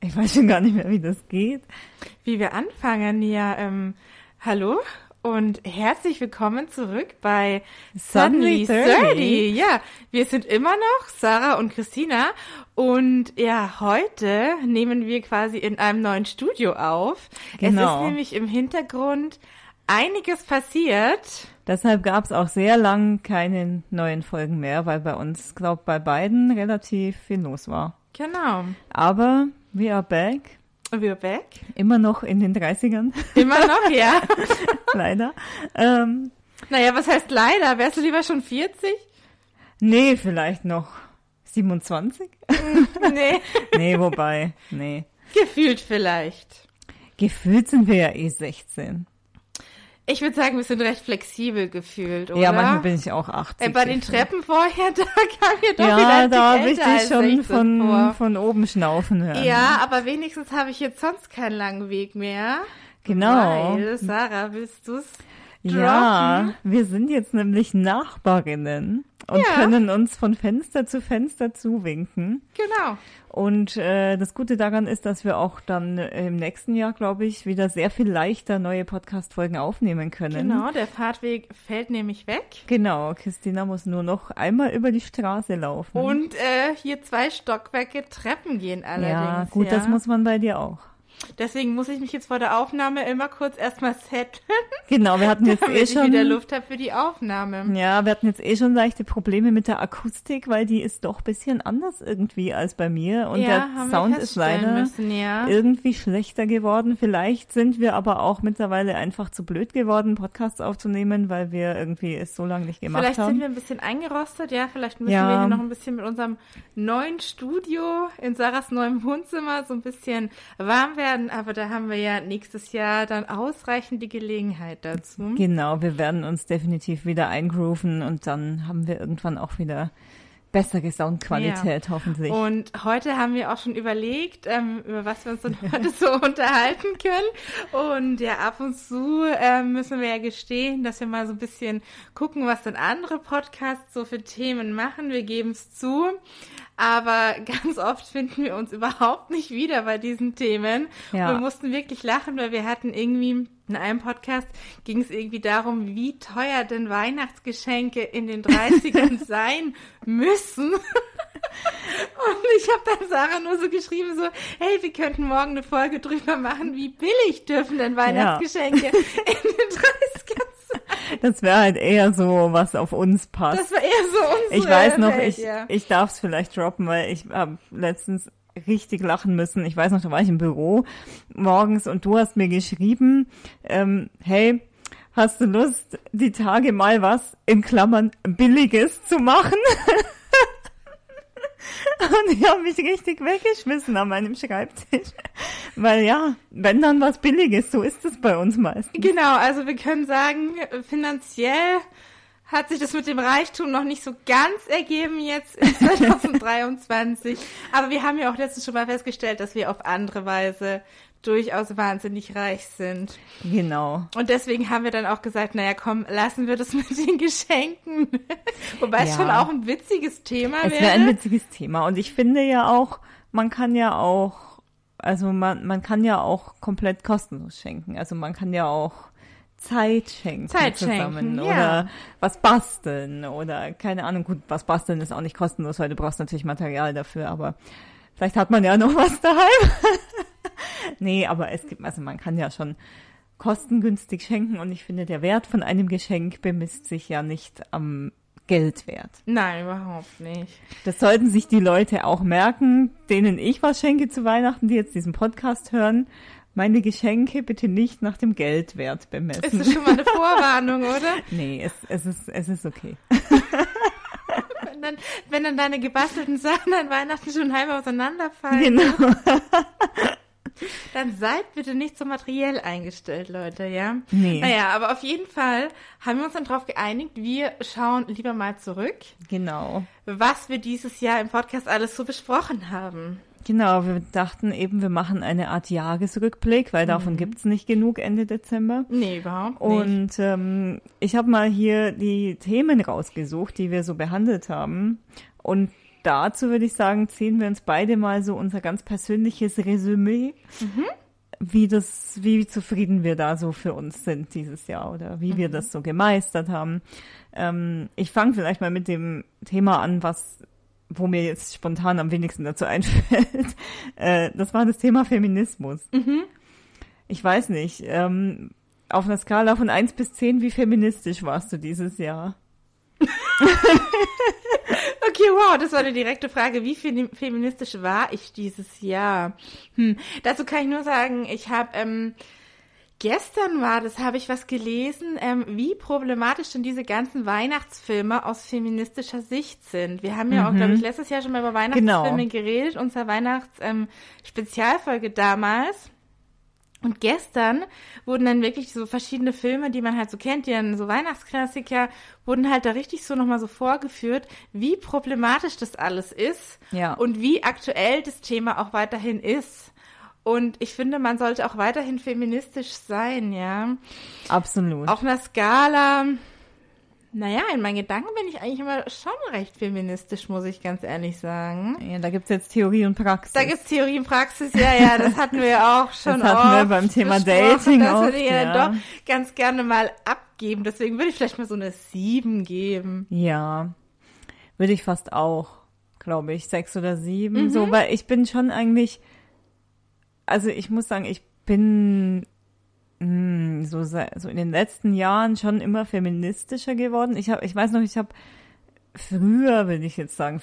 Ich weiß schon gar nicht mehr, wie das geht. Wie wir anfangen, ja, hallo und herzlich willkommen zurück bei Suddenly 30. Ja, wir sind immer noch Sarah und Christina und ja, heute nehmen wir quasi in einem neuen Studio auf. Genau. Es ist nämlich im Hintergrund einiges passiert. Deshalb gab es auch sehr lang keine neuen Folgen mehr, weil bei uns, glaube bei beiden relativ viel los war. Genau. Aber we are back. We're back. Immer noch in den 30ern. Immer noch, ja. Leider. Naja, was heißt leider? Wärst du lieber schon 40? Nee, vielleicht noch 27? Nee. Nee, wobei, nee. Gefühlt vielleicht. Gefühlt sind wir ja 16. Ich würde sagen, wir sind recht flexibel gefühlt, oder? Ja, manchmal bin ich auch 80. Bei den Treppen vorher, da kam mir doch wieder Ja, ein da Tick habe ich älter dich als schon 16 vor. von oben schnaufen hören. Ja, aber wenigstens habe ich jetzt sonst keinen langen Weg mehr. Genau. Weil, Sarah, willst du's Ja, droppen? wir sind jetzt nämlich Nachbarinnen und Ja. können uns von Fenster zu Fenster zuwinken. Genau. Und das Gute daran ist, dass wir auch dann im nächsten Jahr, glaube ich, wieder sehr viel leichter neue Podcast-Folgen aufnehmen können. Genau, der Fahrtweg fällt nämlich weg. Genau, Christina muss nur noch einmal über die Straße laufen. Und hier 2 Stockwerke Treppen gehen allerdings. ja, gut, das muss man bei dir auch. Deswegen muss ich mich jetzt vor der Aufnahme immer kurz erstmal setteln, Genau, wir hatten jetzt damit ich schon... wieder Luft habe für die Aufnahme. Ja, wir hatten jetzt schon leichte Probleme mit der Akustik, weil die ist doch ein bisschen anders irgendwie als bei mir. Und Ja, der haben wir Sound ist feststellen leider müssen, ja. irgendwie schlechter geworden. Vielleicht sind wir aber auch mittlerweile einfach zu blöd geworden, Podcasts aufzunehmen, weil wir irgendwie es so lange nicht gemacht Vielleicht haben. sind wir ein bisschen eingerostet, ja. Vielleicht müssen Ja. wir hier noch ein bisschen mit unserem neuen Studio in Sarahs neuem Wohnzimmer so ein bisschen warm werden. Aber da haben wir ja nächstes Jahr dann ausreichend die Gelegenheit dazu. Genau, wir werden uns definitiv wieder eingrooven und dann haben wir irgendwann auch wieder bessere Soundqualität, hoffentlich. Und heute haben wir auch schon überlegt, über was wir uns dann heute so unterhalten können. Und ja, ab und zu müssen wir ja gestehen, dass wir mal so ein bisschen gucken, was dann andere Podcasts so für Themen machen. Wir geben es zu. Aber ganz oft finden wir uns überhaupt nicht wieder bei diesen Themen. Ja. Und wir mussten wirklich lachen, weil wir hatten irgendwie, in einem Podcast ging es irgendwie darum, wie teuer denn Weihnachtsgeschenke in den 30ern sein müssen. Und ich habe dann Sarah nur so geschrieben, so, hey, wir könnten morgen eine Folge drüber machen, wie billig dürfen denn Weihnachtsgeschenke in den 30ern sein. Das wäre halt eher so, was auf uns passt. Das war eher so unsere Ich weiß noch, Welt, ja. ich darf es vielleicht droppen, weil ich habe letztens richtig lachen müssen. Ich weiß noch, da war ich im Büro morgens und du hast mir geschrieben, hey, hast du Lust, die Tage mal was, in Klammern, Billiges zu machen? Und ich habe mich richtig weggeschmissen an meinem Schreibtisch. Weil ja, wenn dann was Billiges, so ist es bei uns meistens. Genau, also wir können sagen, finanziell hat sich das mit dem Reichtum noch nicht so ganz ergeben jetzt in 2023. Aber wir haben ja auch letztens schon mal festgestellt, dass wir auf andere Weise durchaus wahnsinnig reich sind. Genau. Und deswegen haben wir dann auch gesagt, naja, komm, lassen wir das mit den Geschenken. Wobei es Ja. schon auch ein witziges Thema Es wäre. wäre ein witziges Thema. Und ich finde ja auch, man kann ja auch komplett kostenlos schenken. Also man kann ja auch Zeit schenken zusammen ja. oder was basteln oder keine Ahnung. Gut, was basteln ist auch nicht kostenlos, weil du brauchst natürlich Material dafür, aber vielleicht hat man ja noch was daheim. Nee, aber man kann ja schon kostengünstig schenken und ich finde, der Wert von einem Geschenk bemisst sich ja nicht am Geldwert. Nein, überhaupt nicht. Das sollten sich die Leute auch merken, denen ich was schenke zu Weihnachten, die jetzt diesen Podcast hören. Meine Geschenke bitte nicht nach dem Geldwert bemessen. Ist das schon mal eine Vorwarnung, oder? Nee, es ist okay. Wenn dann deine gebastelten Sachen an Weihnachten schon halb auseinanderfallen, Genau. dann seid bitte nicht so materiell eingestellt, Leute, ja? Nee. Naja, aber auf jeden Fall haben wir uns dann darauf geeinigt, wir schauen lieber mal zurück, Genau. was wir dieses Jahr im Podcast alles so besprochen haben. Genau, wir dachten eben, wir machen eine Art Jahresrückblick, weil davon gibt's nicht genug Ende Dezember. Nee, überhaupt nicht. Und ich habe mal hier die Themen rausgesucht, die wir so behandelt haben. Und dazu würde ich sagen, ziehen wir uns beide mal so unser ganz persönliches Resümee, wie zufrieden wir da so für uns sind dieses Jahr oder wie wir das so gemeistert haben. Ich fange vielleicht mal mit dem Thema an, wo mir jetzt spontan am wenigsten dazu einfällt. Das war das Thema Feminismus. Ich weiß nicht, auf einer Skala von 1 bis 10, wie feministisch warst du dieses Jahr? Okay, wow, das war eine direkte Frage. Wie feministisch war ich dieses Jahr? Dazu kann ich nur sagen, ich habe gestern habe ich was gelesen, wie problematisch denn diese ganzen Weihnachtsfilme aus feministischer Sicht sind. Wir haben ja auch, glaube ich, letztes Jahr schon mal über Weihnachtsfilme geredet, unsere Weihnachts-Spezialfolge damals. Und gestern wurden dann wirklich so verschiedene Filme, die man halt so kennt, die dann so Weihnachtsklassiker, wurden halt da richtig so nochmal so vorgeführt, wie problematisch das alles ist und wie aktuell das Thema auch weiterhin ist. Und ich finde, man sollte auch weiterhin feministisch sein, ja. Absolut. Auf einer Skala, naja, in meinen Gedanken bin ich eigentlich immer schon recht feministisch, muss ich ganz ehrlich sagen. Ja, da gibt's jetzt Theorie und Praxis. Da gibt's Theorie und Praxis, ja, das hatten wir auch schon das hatten wir beim Thema Dating das auch. Das würde ich ja doch ganz gerne mal abgeben. Deswegen würde ich vielleicht mal so eine 7 geben. Ja, würde ich fast auch, glaube ich, 6 oder 7. So, weil ich bin schon eigentlich, also ich muss sagen, ich bin so in den letzten Jahren schon immer feministischer geworden. Ich weiß noch, ich habe früher, sagen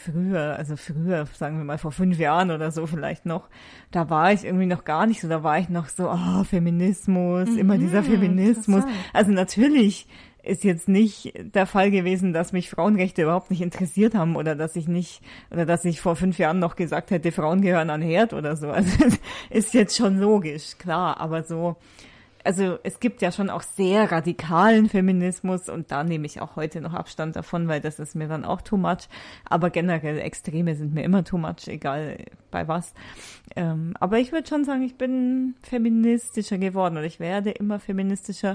wir mal vor 5 Jahren oder so vielleicht noch, da war ich irgendwie noch gar nicht so, da war ich noch so, Feminismus, immer dieser Feminismus. Also natürlich ist jetzt nicht der Fall gewesen, dass mich Frauenrechte überhaupt nicht interessiert haben oder dass ich vor 5 Jahren noch gesagt hätte, Frauen gehören an den Herd oder so. Also ist jetzt schon logisch, klar, aber so, also es gibt ja schon auch sehr radikalen Feminismus und da nehme ich auch heute noch Abstand davon, weil das ist mir dann auch too much. Aber generell Extreme sind mir immer too much, egal bei was. Aber ich würde schon sagen, ich bin feministischer geworden und ich werde immer feministischer.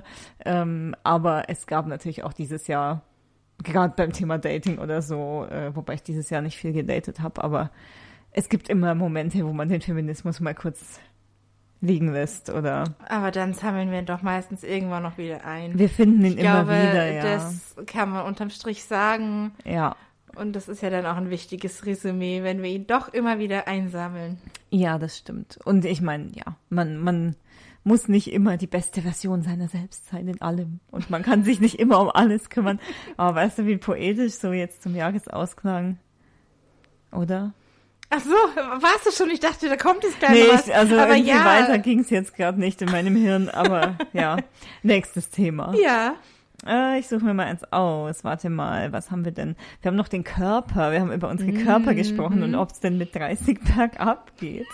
Aber es gab natürlich auch dieses Jahr, gerade beim Thema Dating oder so, wobei ich dieses Jahr nicht viel gedatet habe, aber es gibt immer Momente, wo man den Feminismus mal kurz liegen lässt, oder? Aber dann sammeln wir ihn doch meistens irgendwann noch wieder ein. Wir finden ihn immer wieder, ja. Das kann man unterm Strich sagen. Ja. Und das ist ja dann auch ein wichtiges Resümee, wenn wir ihn doch immer wieder einsammeln. Ja, das stimmt. Und ich meine, ja, man muss nicht immer die beste Version seiner selbst sein in allem. Und man kann sich nicht immer um alles kümmern. Aber weißt du, wie poetisch so jetzt zum Jahresausklang, oder? Ach so, warst du schon? Ich dachte, da kommt es gleich noch was. Also aber irgendwie weiter ging es jetzt gerade nicht in meinem Hirn, aber ja, nächstes Thema. Ja. Ich suche mir mal eins aus. Warte mal, was haben wir denn? Wir haben noch den Körper. Wir haben über unsere Körper gesprochen und ob es denn mit 30 bergab geht.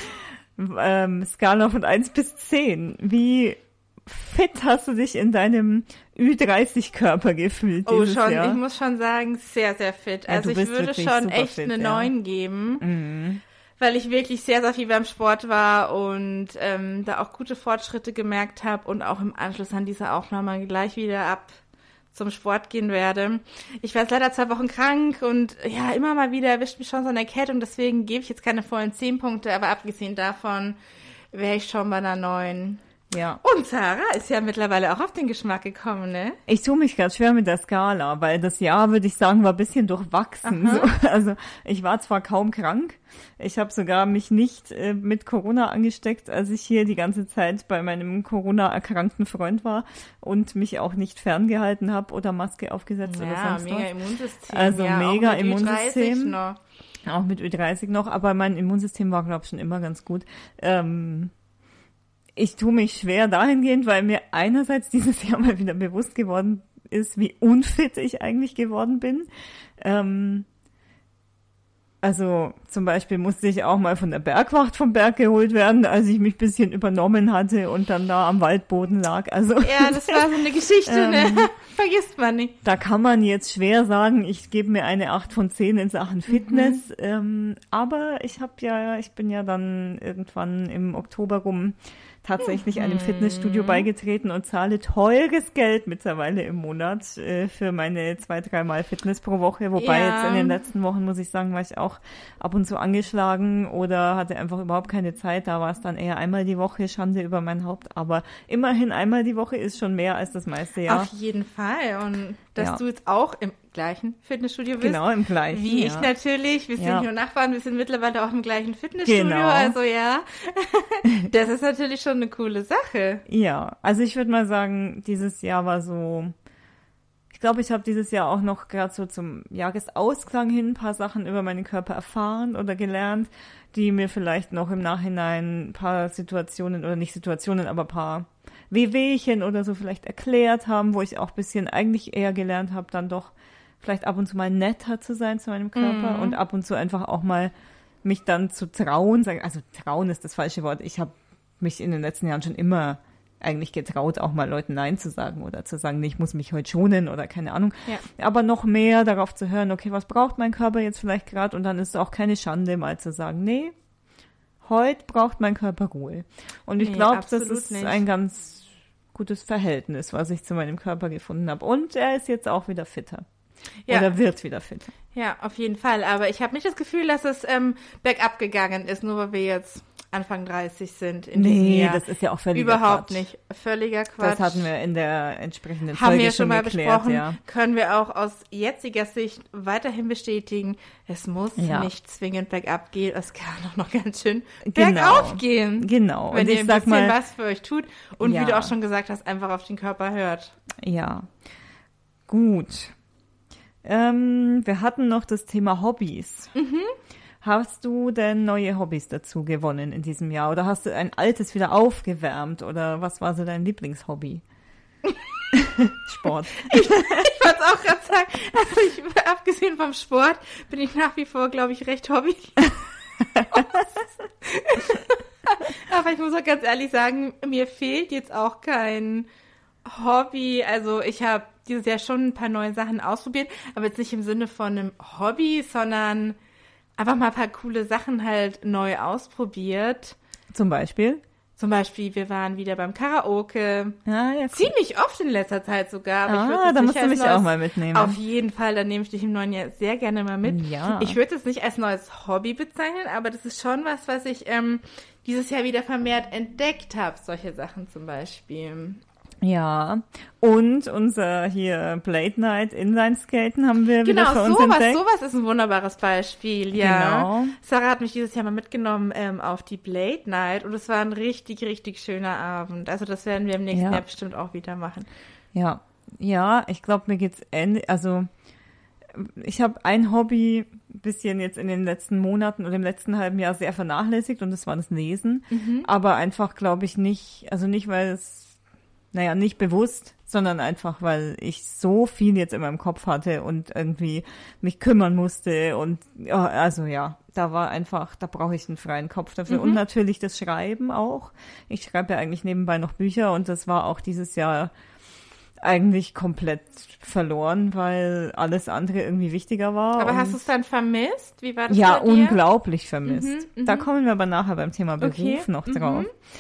Skala von 1 bis 10. Wie fit hast du dich in deinem Ü30-Körper gefühlt dieses Jahr? Ich muss schon sagen, sehr, sehr fit. Also ich würde schon echt eine 9 geben, weil ich wirklich sehr, sehr viel beim Sport war und da auch gute Fortschritte gemerkt habe und auch im Anschluss an diese Aufnahme gleich wieder ab zum Sport gehen werde. Ich war jetzt leider 2 Wochen krank und ja, immer mal wieder erwischt mich schon so eine Erkältung, deswegen gebe ich jetzt keine vollen 10 Punkte, aber abgesehen davon wäre ich schon bei einer 9. Ja. Und Sarah ist ja mittlerweile auch auf den Geschmack gekommen, ne? Ich tue mich ganz schwer mit der Skala, weil das Jahr, würde ich sagen, war ein bisschen durchwachsen. So. Also ich war zwar kaum krank, ich habe sogar mich nicht mit Corona angesteckt, als ich hier die ganze Zeit bei meinem Corona-erkrankten Freund war und mich auch nicht ferngehalten habe oder Maske aufgesetzt oder sonst was. Ja, mega Immunsystem. Also ja, mega auch mit Immunsystem. Ü30 noch. Auch mit Ü30 noch, aber mein Immunsystem war, glaube ich, schon immer ganz gut. Ich tue mich schwer dahingehend, weil mir einerseits dieses Jahr mal wieder bewusst geworden ist, wie unfit ich eigentlich geworden bin. Also zum Beispiel musste ich auch mal von der Bergwacht vom Berg geholt werden, als ich mich ein bisschen übernommen hatte und dann da am Waldboden lag. Also Ja, das war so eine Geschichte, ne? Vergisst man nicht. da kann man jetzt schwer sagen, ich gebe mir eine 8 von 10 in Sachen Fitness. Aber ich bin ja dann irgendwann im Oktober rum tatsächlich einem Fitnessstudio beigetreten und zahle teures Geld mittlerweile im Monat für meine 2-3 Mal Fitness pro Woche. Wobei Ja. jetzt in den letzten Wochen, muss ich sagen, war ich auch ab und zu angeschlagen oder hatte einfach überhaupt keine Zeit. Da war es dann eher einmal die Woche, Schande über mein Haupt. Aber immerhin einmal die Woche ist schon mehr als das meiste Jahr. Auf jeden Fall. Und dass Ja. du jetzt auch im gleichen Fitnessstudio bist. Genau, im gleichen. Wie ja. ich natürlich. Wir sind Ja. nicht nur Nachbarn, wir sind mittlerweile auch im gleichen Fitnessstudio. Genau. Also ja, das ist natürlich schon eine coole Sache. Ja, also ich würde mal sagen, dieses Jahr war so, ich glaube, ich habe dieses Jahr auch noch gerade so zum Jahresausklang hin ein paar Sachen über meinen Körper erfahren oder gelernt, die mir vielleicht noch im Nachhinein ein paar Situationen oder nicht Situationen, aber ein paar Wehwehchen oder so vielleicht erklärt haben, wo ich auch ein bisschen eigentlich eher gelernt habe, dann doch vielleicht ab und zu mal netter zu sein zu meinem Körper und ab und zu einfach auch mal mich dann zu trauen. Also trauen ist das falsche Wort. Ich habe mich in den letzten Jahren schon immer eigentlich getraut, auch mal Leuten Nein zu sagen oder zu sagen, nee, ich muss mich heute schonen oder keine Ahnung. Ja. Aber noch mehr darauf zu hören, okay, was braucht mein Körper jetzt vielleicht gerade? Und dann ist es auch keine Schande, mal zu sagen, nee, heute braucht mein Körper Ruhe. Und ich Nee, glaube, das absolut ist nicht. ein ganz gutes Verhältnis, was ich zu meinem Körper gefunden habe. Und er ist jetzt auch wieder fitter. Ja. Oder wird wieder fitter. Ja, auf jeden Fall. Aber ich habe nicht das Gefühl, dass es bergab gegangen ist, nur weil wir jetzt Anfang 30 sind in diesem Nee, Jahr. das ist ja auch völliger Überhaupt Quatsch. nicht. Völliger Quatsch. Das hatten wir in der entsprechenden Haben Folge wir schon mal geklärt, besprochen, ja. können wir auch aus jetziger Sicht weiterhin bestätigen, es muss Ja. nicht zwingend bergab gehen, es kann auch noch ganz schön Genau. bergauf gehen. Genau. Wenn Und ihr ich ein sag bisschen mal, was für euch tut und Ja. wie du auch schon gesagt hast, einfach auf den Körper hört. ja, gut. Wir hatten noch das Thema Hobbys. Hast du denn neue Hobbys dazu gewonnen in diesem Jahr? Oder hast du ein altes wieder aufgewärmt? Oder was war so dein Lieblingshobby? Sport. Ich wollte es auch gerade sagen, also abgesehen vom Sport bin ich nach wie vor, glaube ich, recht hobbylos. Aber ich muss auch ganz ehrlich sagen, mir fehlt jetzt auch kein Hobby. Also ich habe dieses Jahr schon ein paar neue Sachen ausprobiert, aber jetzt nicht im Sinne von einem Hobby, sondern einfach mal ein paar coole Sachen halt neu ausprobiert. Zum Beispiel? Zum Beispiel, wir waren wieder beim Karaoke. Ja, ja, cool. Ziemlich oft in letzter Zeit sogar. Aber ich würde Ah, es da nicht musst du als mich neues- auch mal mitnehmen. Auf jeden Fall, dann nehme ich dich im neuen Jahr sehr gerne mal mit. Ja. Ich würde es nicht als neues Hobby bezeichnen, aber das ist schon was ich dieses Jahr wieder vermehrt entdeckt habe. Solche Sachen zum Beispiel. Ja, und unser hier Blade Night Inline-Skaten haben wir wieder Genau, für uns entdeckt. sowas ist ein wunderbares Beispiel, ja. Genau. Sarah hat mich dieses Jahr mal mitgenommen auf die Blade Night und es war ein richtig, richtig schöner Abend. Also das werden wir im nächsten Ja. Jahr bestimmt auch wieder machen. Ja, ja, ich glaube, mir geht's ähnlich. Also ich habe ein Hobby ein bisschen jetzt in den letzten Monaten oder im letzten halben Jahr sehr vernachlässigt und das war das Lesen. Aber einfach, glaube ich, nicht, also nicht, weil es, naja, nicht bewusst, sondern einfach, weil ich so viel jetzt in meinem Kopf hatte und irgendwie mich kümmern musste und ja, also ja, da war einfach, da brauche ich einen freien Kopf dafür und natürlich das Schreiben auch. Ich schreibe ja eigentlich nebenbei noch Bücher und das war auch dieses Jahr eigentlich komplett verloren, weil alles andere irgendwie wichtiger war. Aber und hast du es dann vermisst? Wie war das ja, bei dir? unglaublich vermisst. Da kommen wir aber nachher beim Thema Beruf Okay, noch drauf.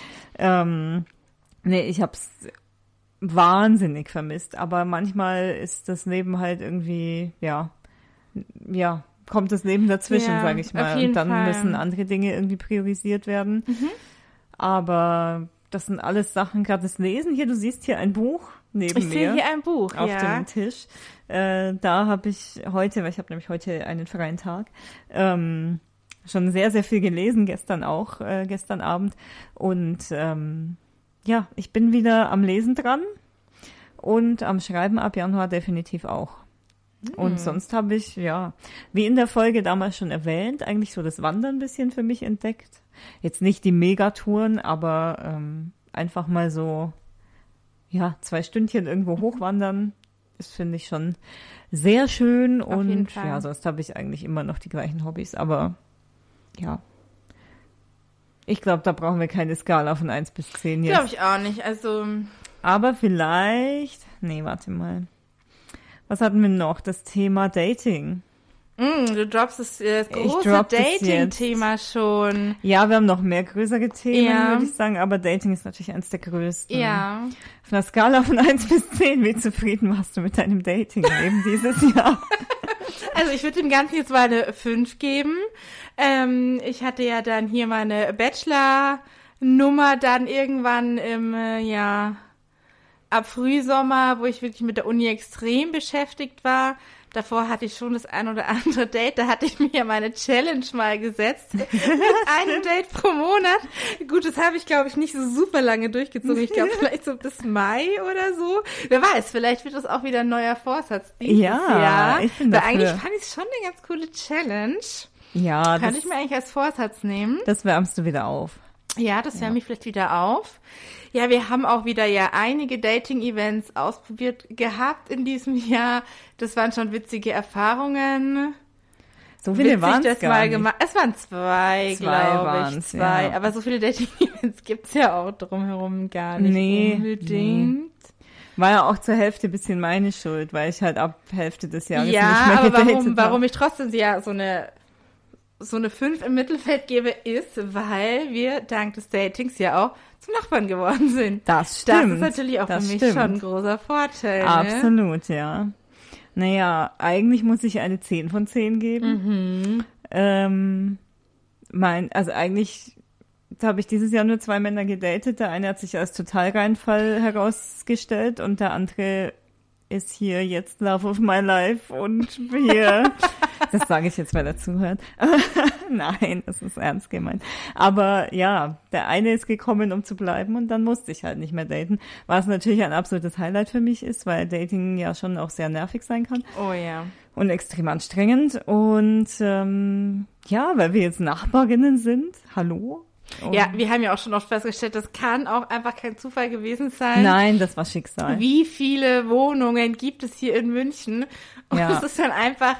Nee, ich hab's wahnsinnig vermisst, aber manchmal ist das Leben halt irgendwie, ja, kommt das Leben dazwischen, Ja, sage ich auf mal. jeden Und dann Fall. müssen andere Dinge irgendwie priorisiert werden. Aber das sind alles Sachen, gerade das Lesen hier, du siehst hier ein Buch neben Ich sehe mir hier ein Buch, auf ja. dem Tisch. Da habe ich heute, weil ich habe nämlich heute einen freien Tag, schon sehr, sehr viel gelesen, gestern Abend. Und ja, ich bin wieder am Lesen dran und am Schreiben ab Januar definitiv auch. Und sonst habe ich, ja, wie in der Folge damals schon erwähnt, eigentlich so das Wandern ein bisschen für mich entdeckt. Jetzt nicht die Megatouren, aber einfach mal so, ja, 2 Stündchen irgendwo hochwandern, Das finde ich schon sehr schön. Auf jeden Und Fall. ja, sonst habe ich eigentlich immer noch die gleichen Hobbys. Aber ja, ich glaube, da brauchen wir keine Skala von 1 bis 10 jetzt. Glaube ich auch nicht. Also, Aber vielleicht, nee, warte mal. Was hatten wir noch? Das Thema Dating. du droppst das große dropp das Dating-Thema schon. Ja, wir haben noch mehr größere Themen, Ja. würde ich sagen, aber Dating ist natürlich eines der größten. Ja. Auf einer Skala von 1 bis 10, wie zufrieden warst du mit deinem Dating-Leben dieses Jahr? Also ich würde dem Ganzen jetzt mal eine 5 geben. Ich hatte ja dann hier meine Bachelor-Nummer dann irgendwann im, ab Frühsommer, wo ich wirklich mit der Uni extrem beschäftigt war. Davor hatte ich schon das ein oder andere Date. Da hatte ich mir ja meine Challenge mal gesetzt. Mit einem Date pro Monat. Gut, das habe ich, glaube ich, nicht so super lange durchgezogen. Ich glaube, vielleicht so bis Mai oder so. Wer weiß, vielleicht wird das auch wieder ein neuer Vorsatz dieses Jahr. Ich bin Weil dafür. eigentlich fand ich es schon eine ganz coole Challenge. Ja, Könnte ich mir eigentlich als Vorsatz nehmen. das wärmst du wieder auf. Ja, das wärmt mich vielleicht wieder auf. Ja, wir haben auch wieder ja einige Dating-Events ausprobiert gehabt in diesem Jahr. Das waren schon witzige Erfahrungen. So viele Witzig, waren es das gar mal nicht. gemacht. Es waren zwei, glaube ich. waren's, Zwei. ja. Aber so viele Dating-Events gibt's ja auch drumherum gar nicht Nee, unbedingt. War ja auch zur Hälfte ein bisschen meine Schuld, weil ich halt ab Hälfte des Jahres Ja, nicht mehr aber gedatet warum habe. ich trotzdem ja so eine 5 im Mittelfeld gebe, ist, weil wir dank des Datings ja auch zu Nachbarn geworden sind. Das stimmt. Das ist natürlich auch das für mich stimmt. schon ein großer Vorteil. Ne? Absolut, ja. Naja, eigentlich muss ich eine 10 von 10 geben. Also eigentlich habe ich dieses Jahr nur 2 Männer gedatet. Der eine hat sich als Totalreinfall herausgestellt und der andere ist hier jetzt Love of my life und hier, das sage ich jetzt, weil er zuhört. Nein, das ist ernst gemeint. Aber ja, der eine ist gekommen, um zu bleiben und dann musste ich halt nicht mehr daten. Was natürlich ein absolutes Highlight für mich ist, weil Dating ja schon auch sehr nervig sein kann. Oh ja. Und extrem anstrengend. Und weil wir jetzt Nachbarinnen sind. Hallo? Und Ja, wir haben ja auch schon oft festgestellt, das kann auch einfach kein Zufall gewesen sein. Nein, das war Schicksal. Wie viele Wohnungen gibt es hier in München? Und Ja. es ist dann einfach,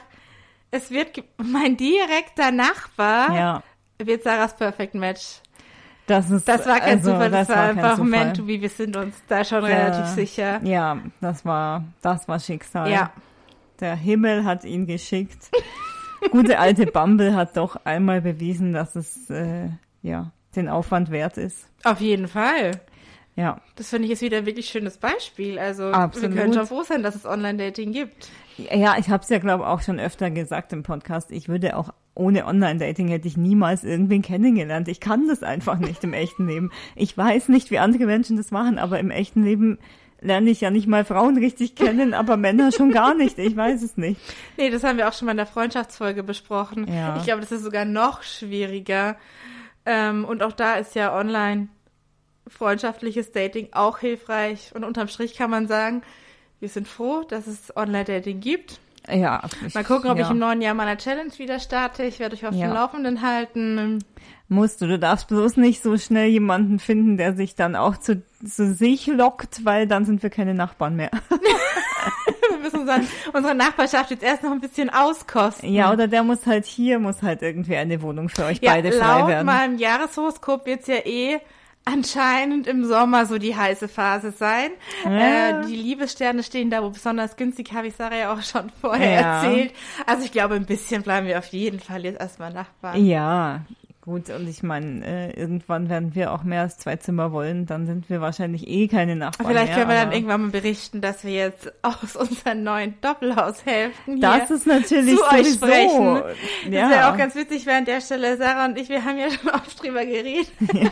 mein direkter Nachbar wird Sarahs Perfect Match. Das war kein Zufall, das war kein einfach Zufall. meant to be. Wir sind uns da schon relativ sicher. Ja, das war Schicksal. Ja. Der Himmel hat ihn geschickt. Gute alte Bumble hat doch einmal bewiesen, dass es den Aufwand wert ist. Auf jeden Fall. Ja. Das finde ich ist wieder ein wirklich schönes Beispiel. Also Absolut. wir können schon froh sein, dass es Online-Dating gibt. Ja, ich habe es ja, glaube ich, auch schon öfter gesagt im Podcast. Ich würde auch ohne Online-Dating hätte ich niemals irgendwen kennengelernt. Ich kann das einfach nicht im echten Leben. Ich weiß nicht, wie andere Menschen das machen, aber im echten Leben lerne ich ja nicht mal Frauen richtig kennen, aber Männer schon gar nicht. Ich weiß es nicht. Nee, das haben wir auch schon mal in der Freundschaftsfolge besprochen. Ja. Ich glaube, das ist sogar noch schwieriger. Und auch da ist ja online freundschaftliches Dating auch hilfreich. Und unterm Strich kann man sagen, wir sind froh, dass es Online-Dating gibt. Ja. Mal gucken, ob ich im neuen Jahr meiner Challenge wieder starte. Ich werde euch auf dem Laufenden halten. Du darfst bloß nicht so schnell jemanden finden, der sich dann auch zu sich lockt, weil dann sind wir keine Nachbarn mehr. Wir müssen unsere Nachbarschaft jetzt erst noch ein bisschen auskosten. Ja, oder der muss halt irgendwie eine Wohnung für euch beide frei laut werden. meinem Jahreshoroskop wird's ja anscheinend im Sommer so die heiße Phase sein. Ja. Die Liebessterne stehen da, wo besonders günstig, habe ich Sarah ja auch schon vorher erzählt. Also ich glaube, ein bisschen bleiben wir auf jeden Fall jetzt erstmal Nachbarn. Ja, gut, und ich meine, irgendwann werden wir auch mehr als 2 Zimmer wollen, dann sind wir wahrscheinlich keine Nachbarn Vielleicht mehr. können wir dann irgendwann mal berichten, dass wir jetzt aus unseren neuen Doppelhaushälften das hier ist natürlich zu euch sowieso, sprechen. Ja. Das wäre auch ganz witzig, während der Stelle Sarah und ich, wir haben ja schon oft drüber geredet. Ja.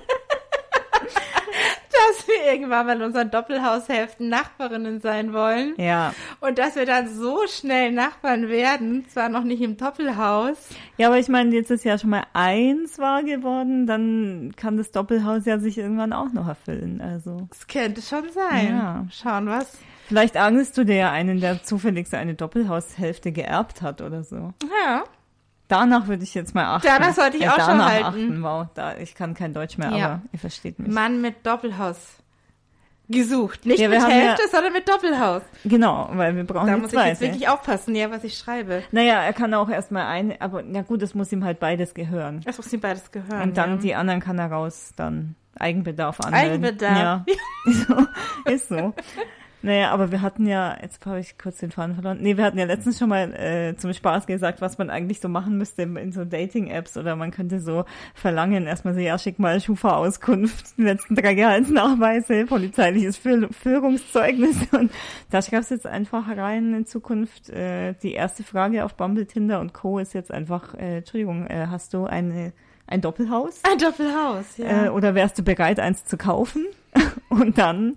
Dass wir irgendwann mal in unseren Doppelhaushälften Nachbarinnen sein wollen. Ja. Und dass wir dann so schnell Nachbarn werden, zwar noch nicht im Doppelhaus. Ja, aber ich meine, jetzt ist ja schon mal 1 wahr geworden, dann kann das Doppelhaus ja sich irgendwann auch noch erfüllen, also. Es könnte schon sein. Ja. Schauen was. Vielleicht ahnst du dir ja einen, der zufällig so eine Doppelhaushälfte geerbt hat oder so. Ja. Danach würde ich jetzt mal achten. Danach sollte ich auch schon halten. Achten. Wow, ich kann kein Deutsch mehr, Ja. aber ihr versteht mich. Mann mit Doppelhaus. gesucht. Nicht Ja, mit wir haben Hälfte, sondern mit Doppelhaus. Genau, weil wir brauchen Da die muss ich jetzt zweite. wirklich aufpassen, ja, was ich schreibe. Naja, er kann auch erstmal aber na gut, es muss ihm halt beides gehören. Das muss ihm beides gehören. Und dann ja. die anderen kann er raus, dann Eigenbedarf anmelden. Eigenbedarf. Ja, ist so. Naja, aber wir hatten ja, jetzt habe ich kurz den Faden verloren. Nee, wir hatten ja letztens schon mal zum Spaß gesagt, was man eigentlich so machen müsste in so Dating-Apps, oder man könnte so verlangen, erstmal so, ja, schick mal Schufa-Auskunft, die letzten 3 Gehaltsnachweise, polizeiliches Führungszeugnis, und da schreibst du jetzt einfach rein in Zukunft. Die erste Frage auf Bumble, Tinder und Co. ist jetzt einfach, Entschuldigung, hast du ein Doppelhaus? Ein Doppelhaus, ja. Oder wärst du bereit, eins zu kaufen? Und dann,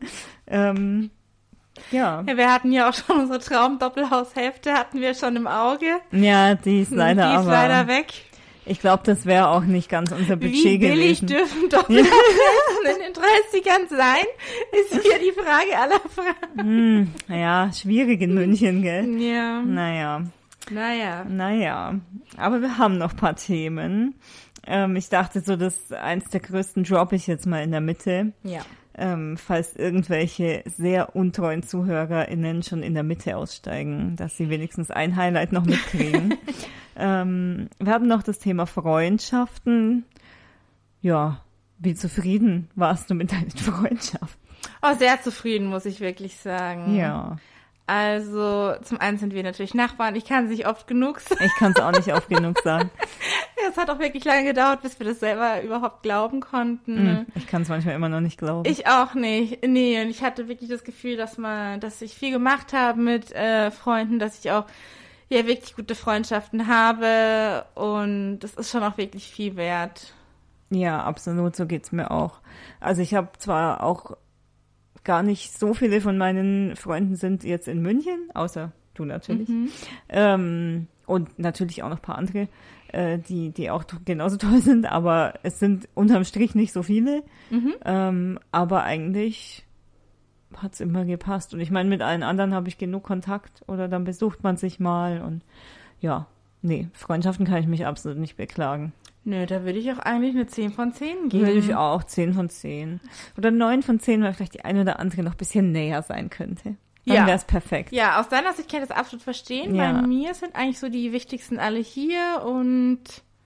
ja. Ja, wir hatten ja auch schon unsere Traum-Doppelhaushälfte, hatten wir schon im Auge. Ja, die ist leider Die ist leider weg. Ich glaube, das wäre auch nicht ganz unser Budget Wie billig gewesen. dürfen Doppelhaushälften in den 30ern sein? Ist hier die Frage aller Fragen. Ja, schwierig in München, gell? Ja, Naja. Aber wir haben noch ein paar Themen. Ich dachte so, dass eins der größten droppe ich jetzt mal in der Mitte. Ja. Falls irgendwelche sehr untreuen ZuhörerInnen schon in der Mitte aussteigen, dass sie wenigstens ein Highlight noch mitkriegen. Wir hatten noch das Thema Freundschaften. Ja, wie zufrieden warst du mit deinen Freundschaften? Oh, sehr zufrieden, muss ich wirklich sagen. Ja, Also, zum einen sind wir natürlich Nachbarn. Ich kann es nicht oft genug sagen. ich kann es auch nicht oft genug sagen. Es hat auch wirklich lange gedauert, bis wir das selber überhaupt glauben konnten. Ich kann es manchmal immer noch nicht glauben. Ich auch nicht. Nee, und ich hatte wirklich das Gefühl, dass ich viel gemacht habe mit Freunden, dass ich auch ja wirklich gute Freundschaften habe, und das ist schon auch wirklich viel wert. Ja, absolut, so geht's mir auch. Also ich habe zwar auch gar nicht so viele von meinen Freunden sind jetzt in München, außer du natürlich. Und natürlich auch noch ein paar andere, die auch genauso toll sind, aber es sind unterm Strich nicht so viele. Aber eigentlich hat's immer gepasst. Und ich meine, mit allen anderen habe ich genug Kontakt, oder dann besucht man sich mal, und ja, nee, Freundschaften kann ich mich absolut nicht beklagen. Nö, da würde ich auch eigentlich eine 10 von 10 geben. Würde ich auch 10 von 10. Oder 9 von 10, weil vielleicht die eine oder andere noch ein bisschen näher sein könnte. Dann Ja. wäre es perfekt. Ja, aus deiner Sicht kann ich das absolut verstehen. Ja. Bei mir sind eigentlich so die wichtigsten alle hier, und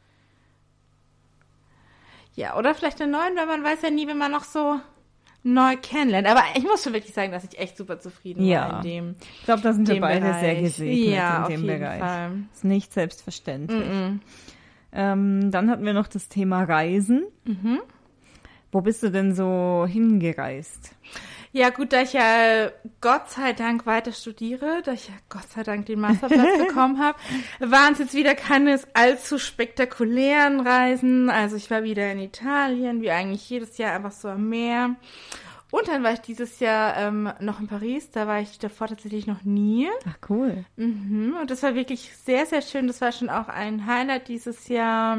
ja, oder vielleicht eine 9, weil man weiß ja nie, wenn man noch so neu kennenlernt. Aber ich muss schon wirklich sagen, dass ich echt super zufrieden war in dem Ich glaube, da sind wir dem beide Bereich. sehr gesegnet Ja, in dem auf jeden Bereich. Fall. Ist nicht selbstverständlich. Dann hatten wir noch das Thema Reisen. Wo bist du denn so hingereist? Ja, gut, da ich ja Gott sei Dank weiter studiere, da ich ja Gott sei Dank den Masterplatz bekommen habe, waren es jetzt wieder keine allzu spektakulären Reisen. Also ich war wieder in Italien, wie eigentlich jedes Jahr, einfach so am Meer. Und dann war ich dieses Jahr noch in Paris, da war ich davor tatsächlich noch nie. Ach, cool. Und das war wirklich sehr, sehr schön. Das war schon auch ein Highlight dieses Jahr.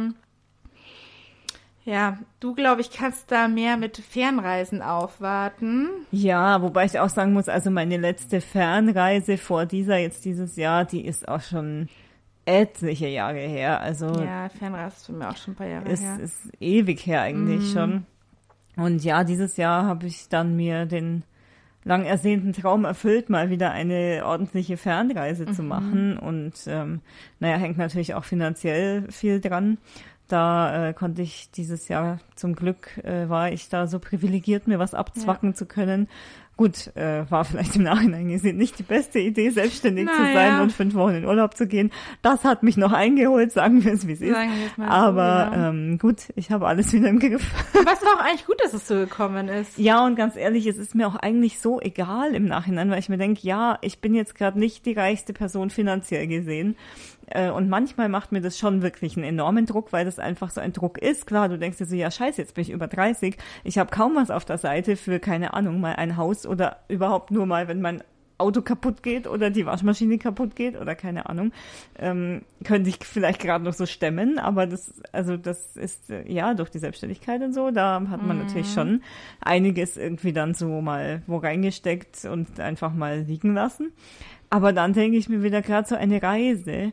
Ja, du, glaube ich, kannst da mehr mit Fernreisen aufwarten. Ja, wobei ich auch sagen muss, also meine letzte Fernreise vor dieses Jahr, die ist auch schon etliche Jahre her. Also Ja, Fernreise ist für mich auch schon ein paar Jahre her. ist ewig her eigentlich schon. Und ja, dieses Jahr habe ich dann mir den lang ersehnten Traum erfüllt, mal wieder eine ordentliche Fernreise zu machen. Und hängt natürlich auch finanziell viel dran. Da konnte ich dieses Jahr, zum Glück war ich da so privilegiert, mir was abzwacken zu können. Gut, war vielleicht im Nachhinein gesehen nicht die beste Idee, selbstständig zu sein und 5 Wochen in Urlaub zu gehen. Das hat mich noch eingeholt, sagen wir es, wie es ist. Sagen wir es mal so, Aber ja. gut, ich habe alles wieder im Griff. Aber es war auch eigentlich gut, dass es so gekommen ist. Ja, und ganz ehrlich, es ist mir auch eigentlich so egal im Nachhinein, weil ich mir denke, ja, ich bin jetzt gerade nicht die reichste Person finanziell gesehen. Und manchmal macht mir das schon wirklich einen enormen Druck, weil das einfach so ein Druck ist. Klar, du denkst dir so, ja scheiße, jetzt bin ich über 30. Ich habe kaum was auf der Seite für, keine Ahnung, mal ein Haus oder überhaupt nur mal, wenn mein Auto kaputt geht oder die Waschmaschine kaputt geht oder keine Ahnung. Könnte ich vielleicht gerade noch so stemmen, aber das ist ja durch die Selbstständigkeit und so, da hat man natürlich schon einiges irgendwie dann so mal wo reingesteckt und einfach mal liegen lassen. Aber dann denke ich mir wieder, gerade so eine Reise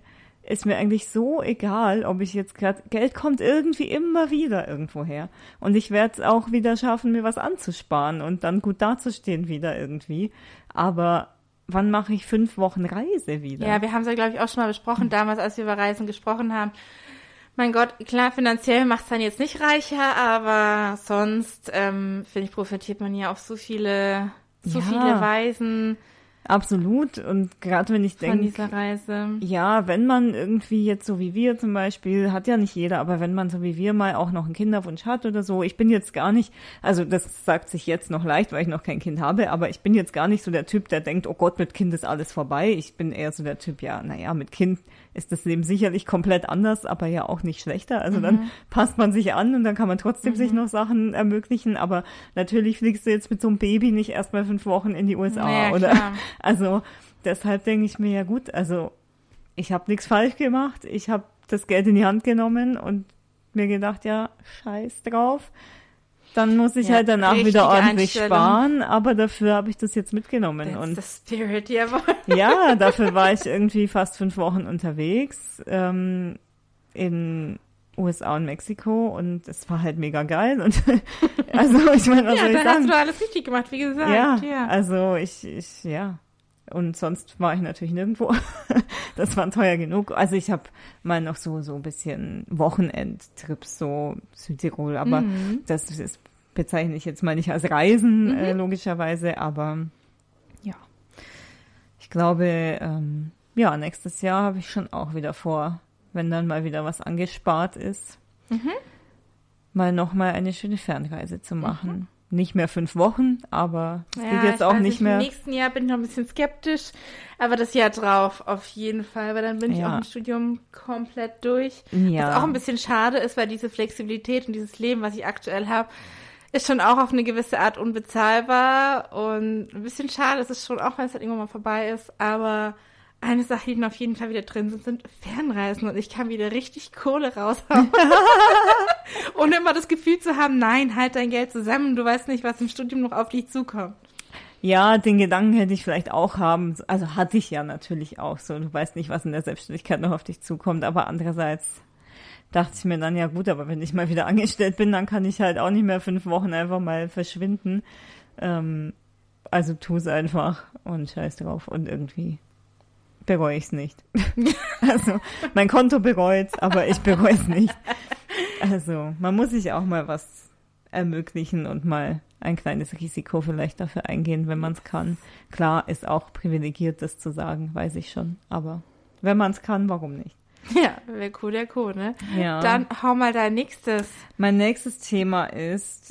ist mir eigentlich so egal, ob ich jetzt gerade, Geld kommt irgendwie immer wieder irgendwo her. Und ich werde es auch wieder schaffen, mir was anzusparen und dann gut dazustehen wieder irgendwie. Aber wann mache ich 5 Wochen Reise wieder? Ja, wir haben es ja, glaube ich, auch schon mal besprochen, damals, als wir über Reisen gesprochen haben. Mein Gott, klar, finanziell macht es dann jetzt nicht reicher, aber sonst, finde ich, profitiert man ja auf so viele Weisen. Absolut. Und gerade wenn ich von denke, dieser Reise. ja, wenn man irgendwie jetzt so wie wir zum Beispiel, hat ja nicht jeder, aber wenn man so wie wir mal auch noch einen Kinderwunsch hat oder so, ich bin jetzt gar nicht, also das sagt sich jetzt noch leicht, weil ich noch kein Kind habe, aber ich bin jetzt gar nicht so der Typ, der denkt, oh Gott, mit Kind ist alles vorbei. Ich bin eher so der Typ, ja, naja, mit Kind ist das Leben sicherlich komplett anders, aber ja auch nicht schlechter. Also dann passt man sich an und dann kann man trotzdem sich noch Sachen ermöglichen, aber natürlich fliegst du jetzt mit so einem Baby nicht erst mal 5 Wochen in die USA, Naja, oder? klar. Also deshalb denke ich mir, ja gut, also ich habe nichts falsch gemacht, ich habe das Geld in die Hand genommen und mir gedacht, ja, scheiß drauf. Dann muss ich halt danach richtige wieder ordentlich Einstellung. sparen, aber dafür habe ich das jetzt mitgenommen. That's Und the spirit, jawohl. ja, dafür war ich irgendwie fast 5 Wochen unterwegs in USA und Mexiko und es war halt mega geil. Und also ich meine, was Ja, soll ich dann hast sagen? du alles richtig gemacht, wie gesagt. Ja, also ja. Und sonst war ich natürlich nirgendwo. Das war teuer genug. Also ich habe mal noch so ein bisschen Wochenendtrips, so Südtirol, aber das bezeichne ich jetzt mal nicht als Reisen, logischerweise, aber ja. Ich glaube, ja, nächstes Jahr habe ich schon auch wieder vor, wenn dann mal wieder was angespart ist, mal nochmal eine schöne Fernreise zu machen. Nicht mehr 5 Wochen, aber es geht jetzt auch nicht mehr. Im nächsten Jahr bin ich noch ein bisschen skeptisch, aber das Jahr drauf auf jeden Fall, weil dann bin ich auch im Studium komplett durch. Ja. Was auch ein bisschen schade ist, weil diese Flexibilität und dieses Leben, was ich aktuell habe, ist schon auch auf eine gewisse Art unbezahlbar und ein bisschen schade ist es schon, auch wenn es halt irgendwann mal vorbei ist, aber eine Sache, die dann auf jeden Fall wieder drin sind Fernreisen und ich kann wieder richtig Kohle raushauen. Ohne immer das Gefühl zu haben, nein, halt dein Geld zusammen, du weißt nicht, was im Studium noch auf dich zukommt. Ja, den Gedanken hätte ich vielleicht auch haben, also hatte ich ja natürlich auch so, du weißt nicht, was in der Selbstständigkeit noch auf dich zukommt, aber andererseits dachte ich mir dann, ja gut, aber wenn ich mal wieder angestellt bin, dann kann ich halt auch nicht mehr 5 Wochen einfach mal verschwinden. Also tu es einfach und scheiß drauf und irgendwie bereue ich es nicht. Also mein Konto bereut es, aber ich bereue es nicht. Also man muss sich auch mal was ermöglichen und mal ein kleines Risiko vielleicht dafür eingehen, wenn man es kann. Klar, ist auch privilegiert, das zu sagen, weiß ich schon. Aber wenn man es kann, warum nicht? Ja, wäre cool, der cool, ne? Ja. Dann hau mal dein nächstes. Mein nächstes Thema ist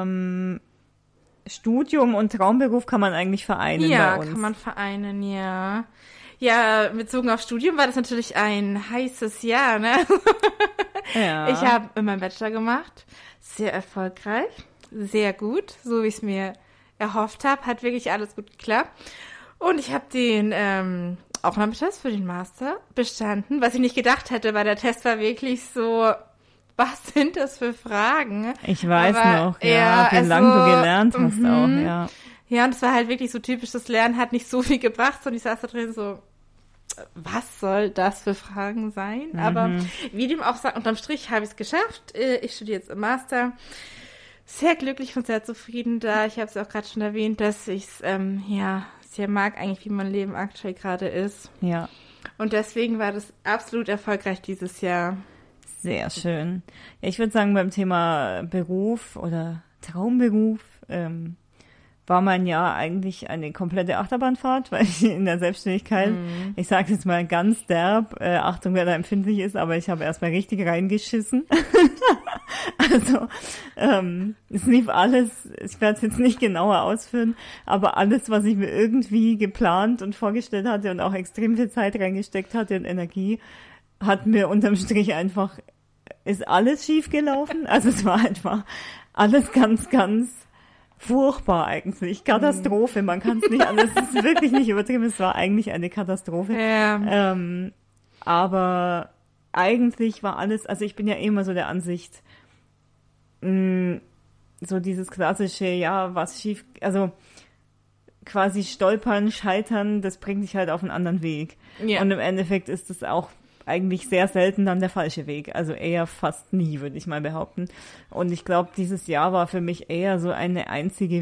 Studium und Traumberuf kann man eigentlich vereinen Ja, bei uns. kann man vereinen, ja. Ja, bezogen auf Studium war das natürlich ein heißes Jahr, ne? Ja. Ich habe meinen Bachelor gemacht, sehr erfolgreich, sehr gut, so wie ich es mir erhofft habe, hat wirklich alles gut geklappt. Und ich habe den Aufnahmetest für den Master bestanden, was ich nicht gedacht hätte, weil der Test war wirklich so, was sind das für Fragen? Ich weiß Aber, noch, ja, wie lange du gelernt hast auch, ja. Ja, und es war halt wirklich so typisch, das Lernen hat nicht so viel gebracht, sondern ich saß da drin so, was soll das für Fragen sein? Aber wie dem auch sei, unterm Strich habe ich es geschafft. Ich studiere jetzt im Master. Sehr glücklich und sehr zufrieden da. Ich habe es auch gerade schon erwähnt, dass ich es sehr mag, eigentlich wie mein Leben aktuell gerade ist. Ja. Und deswegen war das absolut erfolgreich dieses Jahr. Sehr schön. Ja, ich würde sagen, beim Thema Beruf oder Traumberuf war mein Jahr eigentlich eine komplette Achterbahnfahrt, weil ich in der Selbstständigkeit, ich sage jetzt mal ganz derb, Achtung, wer da empfindlich ist, aber ich habe erstmal richtig reingeschissen. Also es lief alles, ich werde es jetzt nicht genauer ausführen, aber alles, was ich mir irgendwie geplant und vorgestellt hatte und auch extrem viel Zeit reingesteckt hatte und Energie, hat mir unterm Strich einfach, ist alles schief gelaufen. Also es war einfach alles ganz, ganz furchtbar eigentlich. Katastrophe, man kann es nicht anders, es ist wirklich nicht übertrieben, es war eigentlich eine Katastrophe. Ja. Aber eigentlich war alles, also ich bin ja immer so der Ansicht, so dieses klassische, ja, was schief, also quasi stolpern, scheitern, das bringt dich halt auf einen anderen Weg. Ja. Und im Endeffekt ist es auch eigentlich sehr selten dann der falsche Weg. Also eher fast nie, würde ich mal behaupten. Und ich glaube, dieses Jahr war für mich eher so eine einzige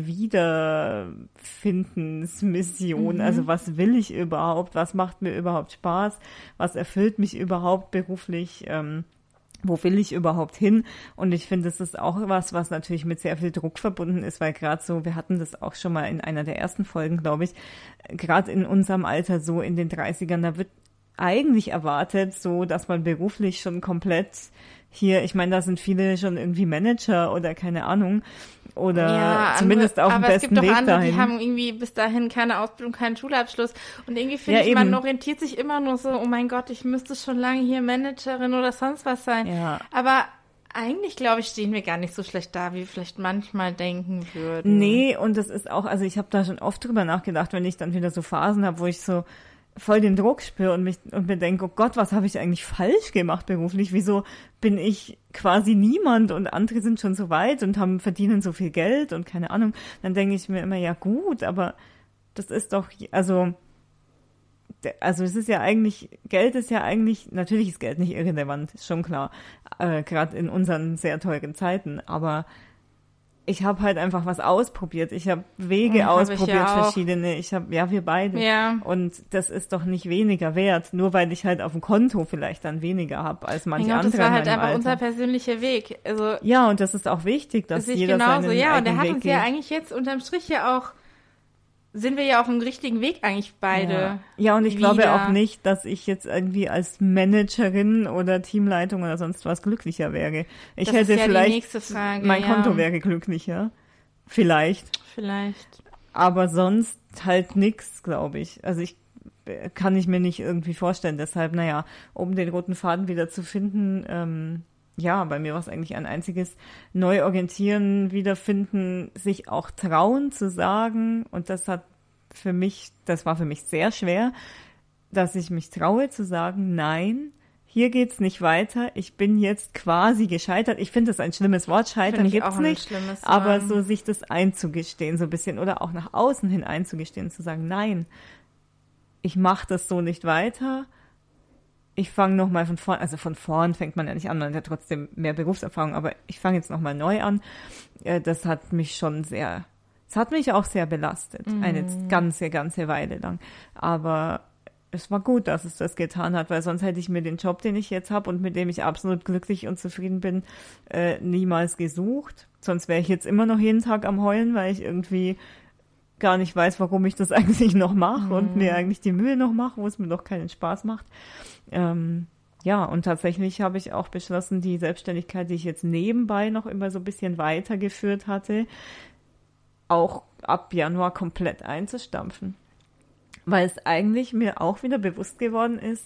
Wiederfindensmission. Also was will ich überhaupt? Was macht mir überhaupt Spaß? Was erfüllt mich überhaupt beruflich? Wo will ich überhaupt hin? Und ich finde, das ist auch was natürlich mit sehr viel Druck verbunden ist, weil gerade so, wir hatten das auch schon mal in einer der ersten Folgen, glaube ich, gerade in unserem Alter, so in den 30ern, da wird eigentlich erwartet, so, dass man beruflich schon komplett hier, ich meine, da sind viele schon irgendwie Manager oder keine Ahnung, oder zumindest auf dem besten Weg dahin. Aber es gibt doch andere, die haben irgendwie bis dahin keine Ausbildung, keinen Schulabschluss. Und irgendwie finde ich, man orientiert sich immer nur so, oh mein Gott, ich müsste schon lange hier Managerin oder sonst was sein. Ja. Aber eigentlich, glaube ich, stehen wir gar nicht so schlecht da, wie wir vielleicht manchmal denken würden. Nee, und das ist auch, also ich habe da schon oft drüber nachgedacht, wenn ich dann wieder so Phasen habe, wo ich so voll den Druck spüre und mir denke, oh Gott, was habe ich eigentlich falsch gemacht beruflich? Wieso bin ich quasi niemand und andere sind schon so weit und verdienen so viel Geld und keine Ahnung. Dann denke ich mir immer, ja gut, aber das ist doch, also es ist ja eigentlich, Geld ist ja eigentlich, natürlich ist Geld nicht irrelevant, ist schon klar, gerade in unseren sehr teuren Zeiten, aber ich habe halt einfach was ausprobiert. Ich habe Wege ausprobiert, verschiedene. Wir beide. Ja. Und das ist doch nicht weniger wert, nur weil ich halt auf dem Konto vielleicht dann weniger habe als manche andere. Das war halt einfach unser persönlicher Weg. Also ja, und das ist auch wichtig, dass jeder seinen eigenen Weg geht. Ja, und der hat uns ja eigentlich jetzt unterm Strich ja auch, sind wir ja auf dem richtigen Weg eigentlich beide. Ja, und ich glaube auch nicht, dass ich jetzt irgendwie als Managerin oder Teamleitung oder sonst was glücklicher wäre. Ich hätte ist ja vielleicht, die nächste Frage, mein Konto wäre glücklicher. Vielleicht. Aber sonst halt nix, glaube ich. Also kann ich mir nicht irgendwie vorstellen. Deshalb, um den roten Faden wieder zu finden, bei mir war es eigentlich ein einziges Neuorientieren, Wiederfinden, sich auch trauen zu sagen. Und das war für mich sehr schwer, dass ich mich traue zu sagen, nein, hier geht's nicht weiter. Ich bin jetzt quasi gescheitert. Ich finde das ein schlimmes Wort, scheitern gibt's nicht. Aber so sich das einzugestehen, so ein bisschen, oder auch nach außen hin einzugestehen, zu sagen, nein, ich mache das so nicht weiter. Ich fange nochmal von vorn, also von vorn fängt man ja nicht an, man hat ja trotzdem mehr Berufserfahrung, aber ich fange jetzt nochmal neu an. Das hat mich auch sehr belastet, eine ganze Weile lang. Aber es war gut, dass es das getan hat, weil sonst hätte ich mir den Job, den ich jetzt habe und mit dem ich absolut glücklich und zufrieden bin, niemals gesucht. Sonst wäre ich jetzt immer noch jeden Tag am Heulen, weil ich irgendwie gar nicht weiß, warum ich das eigentlich noch mache und mir eigentlich die Mühe noch mache, wo es mir doch keinen Spaß macht. Und tatsächlich habe ich auch beschlossen, die Selbstständigkeit, die ich jetzt nebenbei noch immer so ein bisschen weitergeführt hatte, auch ab Januar komplett einzustampfen. Weil es eigentlich mir auch wieder bewusst geworden ist,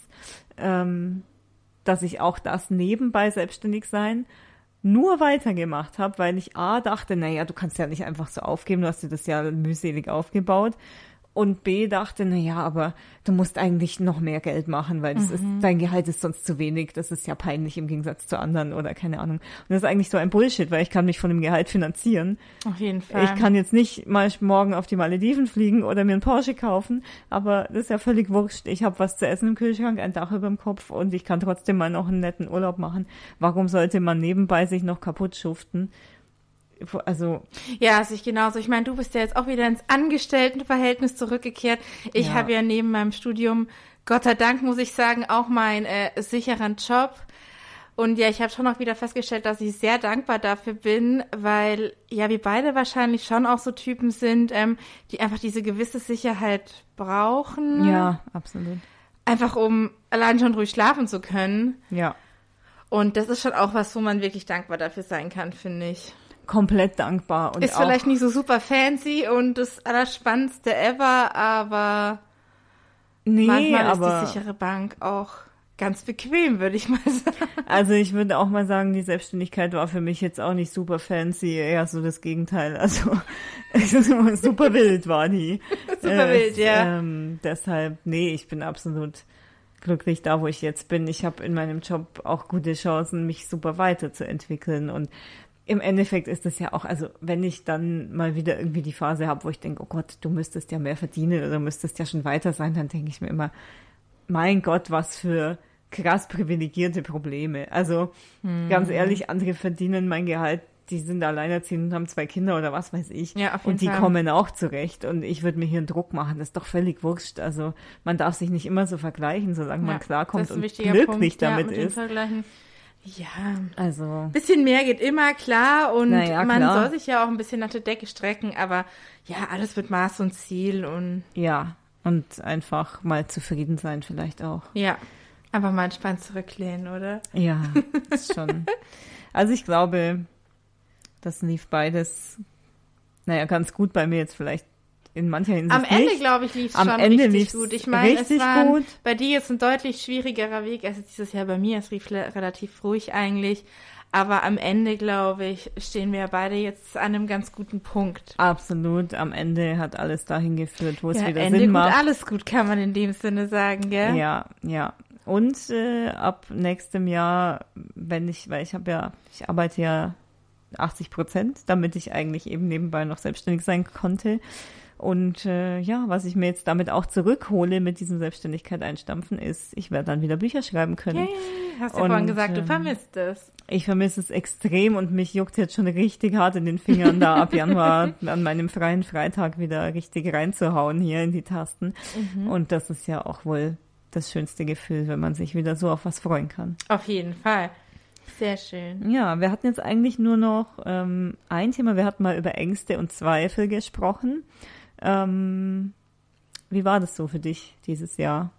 dass ich auch das nebenbei selbstständig sein nur weitergemacht habe, weil ich dachte, du kannst ja nicht einfach so aufgeben, du hast dir das ja mühselig aufgebaut. Und B dachte, aber du musst eigentlich noch mehr Geld machen, weil dein Gehalt ist sonst zu wenig. Das ist ja peinlich im Gegensatz zu anderen oder keine Ahnung. Und das ist eigentlich so ein Bullshit, weil ich kann mich von dem Gehalt finanzieren. Auf jeden Fall. Ich kann jetzt nicht mal morgen auf die Malediven fliegen oder mir einen Porsche kaufen, aber das ist ja völlig wurscht. Ich habe was zu essen im Kühlschrank, ein Dach über dem Kopf und ich kann trotzdem mal noch einen netten Urlaub machen. Warum sollte man nebenbei sich noch kaputt schuften? Also ja, sehe ich genauso. Ich meine, du bist ja jetzt auch wieder ins Angestelltenverhältnis zurückgekehrt. Ich habe ja neben meinem Studium, Gott sei Dank, muss ich sagen, auch meinen sicheren Job. Und ja, ich habe schon auch wieder festgestellt, dass ich sehr dankbar dafür bin, weil wir beide wahrscheinlich schon auch so Typen sind, die einfach diese gewisse Sicherheit brauchen. Ja, absolut. Einfach um allein schon ruhig schlafen zu können. Ja. Und das ist schon auch was, wo man wirklich dankbar dafür sein kann, finde ich. Komplett dankbar. Und ist auch vielleicht nicht so super fancy und das Allerspannendste ever, aber manchmal ist die sichere Bank auch ganz bequem, würde ich mal sagen. Also ich würde auch mal sagen, die Selbstständigkeit war für mich jetzt auch nicht super fancy, eher so das Gegenteil. Also super wild war die. Super wild, ja. Deshalb, ich bin absolut glücklich da, wo ich jetzt bin. Ich habe in meinem Job auch gute Chancen, mich super weiterzuentwickeln und im Endeffekt ist es ja auch, also wenn ich dann mal wieder irgendwie die Phase habe, wo ich denke, oh Gott, du müsstest ja mehr verdienen oder müsstest ja schon weiter sein, dann denke ich mir immer, mein Gott, was für krass privilegierte Probleme. Also ganz ehrlich, andere verdienen mein Gehalt, die sind alleinerziehend und haben 2 Kinder oder was weiß ich. Ja, auf jeden und die Fall. kommen auch zurecht. Und ich würde mir hier einen Druck machen. Das ist doch völlig wurscht. Also man darf sich nicht immer so vergleichen, solange man klarkommt das ist ein und wichtiger glücklich Punkt, damit mit den ist. Vergleichen. Ja, Also bisschen mehr geht immer, klar. Und Naja, man klar. soll sich ja auch ein bisschen nach der Decke strecken. Aber ja, alles mit Maß und Ziel. Und ja, und einfach mal zufrieden sein vielleicht auch. ja, einfach mal entspannt zurücklehnen, oder? Ja, ist schon. Also ich glaube, das lief beides, ganz gut bei mir jetzt vielleicht in mancher Hinsicht Am Ende, nicht. glaube ich, lief es Am schon Ende richtig lief's gut. Ich meine, es richtig war gut. bei dir jetzt ein deutlich schwierigerer Weg als dieses Jahr bei mir. Es lief relativ ruhig eigentlich. Aber am Ende, glaube ich, stehen wir beide jetzt an einem ganz guten Punkt. Absolut, am Ende hat alles dahin geführt, wo es wieder Ende Sinn gut, macht. alles gut, kann man in dem Sinne sagen, gell? Ja, ja. Und ab nächstem Jahr, weil ich arbeite ja 80%, damit ich eigentlich eben nebenbei noch selbstständig sein konnte. Und was ich mir jetzt damit auch zurückhole mit diesem Selbstständigkeit einstampfen, ist, ich werde dann wieder Bücher schreiben können. Yay, hast du ja vorhin gesagt, du vermisst es. Ich vermisse es extrem und mich juckt jetzt schon richtig hart in den Fingern, da ab Januar an meinem freien Freitag wieder richtig reinzuhauen hier in die Tasten. Und das ist ja auch wohl das schönste Gefühl, wenn man sich wieder so auf was freuen kann. Auf jeden Fall. Sehr schön. Ja, wir hatten jetzt eigentlich nur noch ein Thema. Wir hatten mal über Ängste und Zweifel gesprochen. Wie war das so für dich dieses Jahr?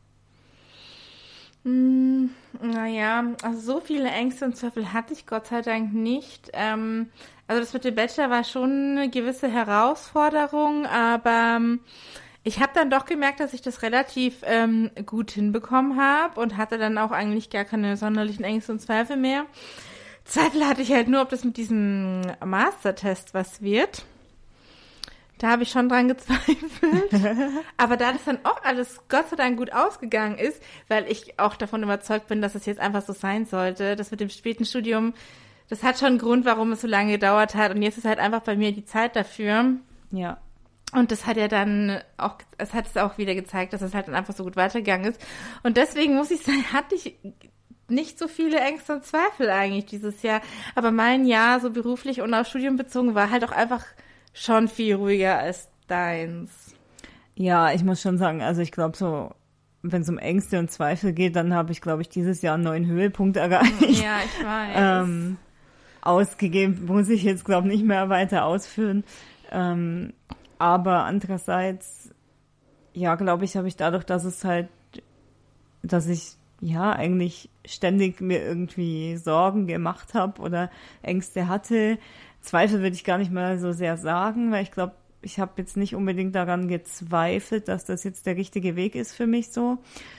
Naja, also so viele Ängste und Zweifel hatte ich Gott sei Dank nicht. Also das mit dem Bachelor war schon eine gewisse Herausforderung, aber ich habe dann doch gemerkt, dass ich das relativ gut hinbekommen habe und hatte dann auch eigentlich gar keine sonderlichen Ängste und Zweifel mehr. Zweifel hatte ich halt nur, ob das mit diesem Mastertest was wird. Da habe ich schon dran gezweifelt. Aber da das dann auch alles Gott sei Dank gut ausgegangen ist, weil ich auch davon überzeugt bin, dass es jetzt einfach so sein sollte, das mit dem späten Studium, das hat schon einen Grund, warum es so lange gedauert hat. Und jetzt ist halt einfach bei mir die Zeit dafür. Ja. Und das hat ja dann auch, es hat es auch wieder gezeigt, dass es halt dann einfach so gut weitergegangen ist. Und deswegen muss ich sagen, hatte ich nicht so viele Ängste und Zweifel eigentlich dieses Jahr. Aber mein Jahr so beruflich und auf Studium bezogen war halt auch einfach schon viel ruhiger als deins. Ja, ich muss schon sagen, also ich glaube so, wenn es um Ängste und Zweifel geht, dann habe ich, glaube ich, dieses Jahr einen neuen Höhepunkt erreicht. Ja, ich weiß. Ausgegeben, muss ich jetzt, glaube ich, nicht mehr weiter ausführen. Aber andererseits, ja, glaube ich, habe ich dadurch, dass ich ja eigentlich ständig mir irgendwie Sorgen gemacht habe oder Ängste hatte. Zweifel würde ich gar nicht mal so sehr sagen, weil ich glaube, ich habe jetzt nicht unbedingt daran gezweifelt, dass das jetzt der richtige Weg ist für mich so.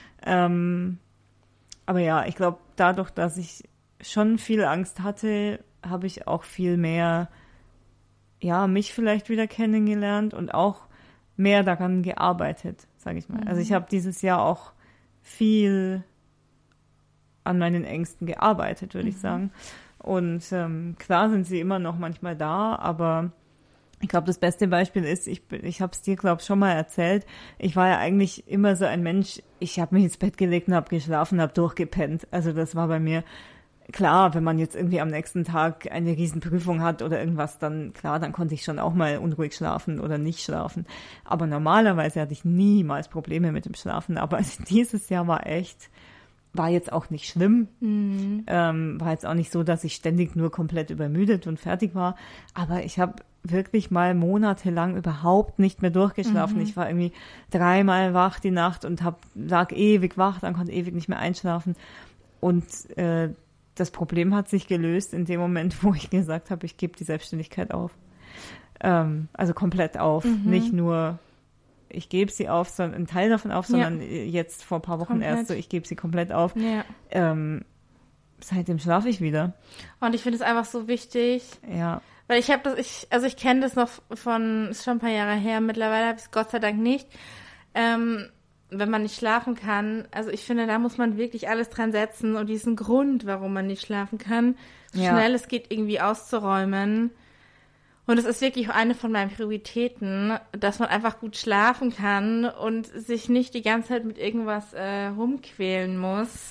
Aber ja, ich glaube, dadurch, dass ich schon viel Angst hatte, habe ich auch viel mehr, ja, mich vielleicht wieder kennengelernt und auch mehr daran gearbeitet, sage ich mal. Also ich habe dieses Jahr auch viel an meinen Ängsten gearbeitet, würde ich sagen. Und klar sind sie immer noch manchmal da, aber ich glaube, das beste Beispiel ist, ich habe es dir, glaube ich, schon mal erzählt, ich war ja eigentlich immer so ein Mensch, ich habe mich ins Bett gelegt und habe geschlafen, habe durchgepennt. Also das war bei mir klar, wenn man jetzt irgendwie am nächsten Tag eine Riesenprüfung hat oder irgendwas, dann klar, dann konnte ich schon auch mal unruhig schlafen oder nicht schlafen. Aber normalerweise hatte ich niemals Probleme mit dem Schlafen. Aber dieses Jahr war jetzt auch nicht schlimm. War jetzt auch nicht so, dass ich ständig nur komplett übermüdet und fertig war. Aber ich habe wirklich mal monatelang überhaupt nicht mehr durchgeschlafen. Ich war irgendwie 3-mal wach die Nacht und lag ewig wach, dann konnte ewig nicht mehr einschlafen. Und das Problem hat sich gelöst in dem Moment, wo ich gesagt habe, ich gebe die Selbstständigkeit auf. Also komplett auf. Nicht nur, ich gebe sie auf, sondern einen Teil davon auf, sondern jetzt vor ein paar Wochen erst so, ich gebe sie komplett auf. Ja. Seitdem schlafe ich wieder. Und ich finde es einfach so wichtig. Ja. Weil ich kenne das noch ist schon ein paar Jahre her, mittlerweile habe ich es Gott sei Dank nicht. Wenn man nicht schlafen kann, also ich finde, da muss man wirklich alles dran setzen und diesen Grund, warum man nicht schlafen kann, so schnell es geht irgendwie auszuräumen. Und es ist wirklich auch eine von meinen Prioritäten, dass man einfach gut schlafen kann und sich nicht die ganze Zeit mit irgendwas rumquälen muss.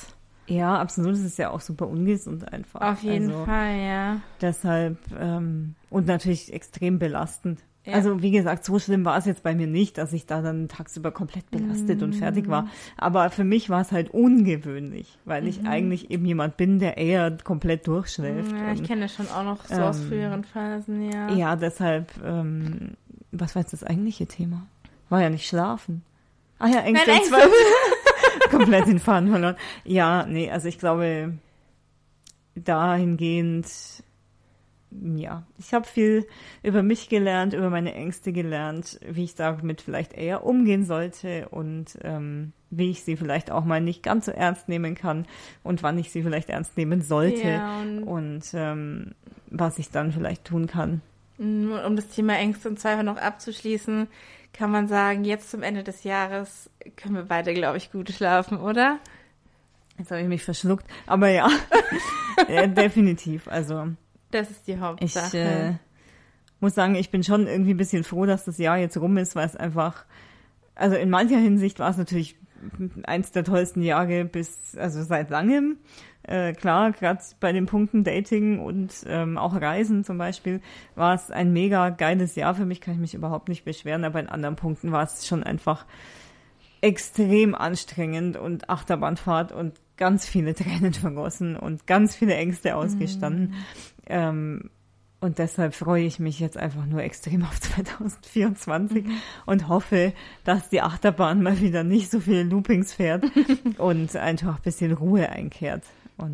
Ja, absolut. Es ist ja auch super ungesund einfach. Auf jeden Fall, ja. Deshalb, und natürlich extrem belastend. Ja. Also wie gesagt, so schlimm war es jetzt bei mir nicht, dass ich da dann tagsüber komplett belastet und fertig war. Aber für mich war es halt ungewöhnlich, weil ich eigentlich eben jemand bin, der eher komplett durchschläft. Ja, ich kenne das schon auch noch so aus früheren Phasen, ja. Ja, deshalb, was war jetzt das eigentliche Thema? War ja nicht schlafen. Ah ja, Ängste und Zweifel. Komplett den Faden verloren. Ja, nee, also ich glaube, dahingehend, ja, ich habe viel über mich gelernt, über meine Ängste gelernt, wie ich damit vielleicht eher umgehen sollte und wie ich sie vielleicht auch mal nicht ganz so ernst nehmen kann und wann ich sie vielleicht ernst nehmen sollte Ja, und was ich dann vielleicht tun kann. Um das Thema Ängste und Zweifel noch abzuschließen, kann man sagen, jetzt zum Ende des Jahres können wir beide, glaube ich, gut schlafen, oder? Jetzt habe ich mich verschluckt, aber ja, ja, definitiv, also das ist die Hauptsache. Ich muss sagen, ich bin schon irgendwie ein bisschen froh, dass das Jahr jetzt rum ist, weil es einfach, also in mancher Hinsicht war es natürlich eins der tollsten Jahre also seit langem. Klar, gerade bei den Punkten Dating und auch Reisen zum Beispiel war es ein mega geiles Jahr für mich, kann ich mich überhaupt nicht beschweren, aber in anderen Punkten war es schon einfach extrem anstrengend und Achterbahnfahrt und ganz viele Tränen vergossen und ganz viele Ängste ausgestanden. Und deshalb freue ich mich jetzt einfach nur extrem auf 2024 und hoffe, dass die Achterbahn mal wieder nicht so viele Loopings fährt und einfach ein bisschen Ruhe einkehrt.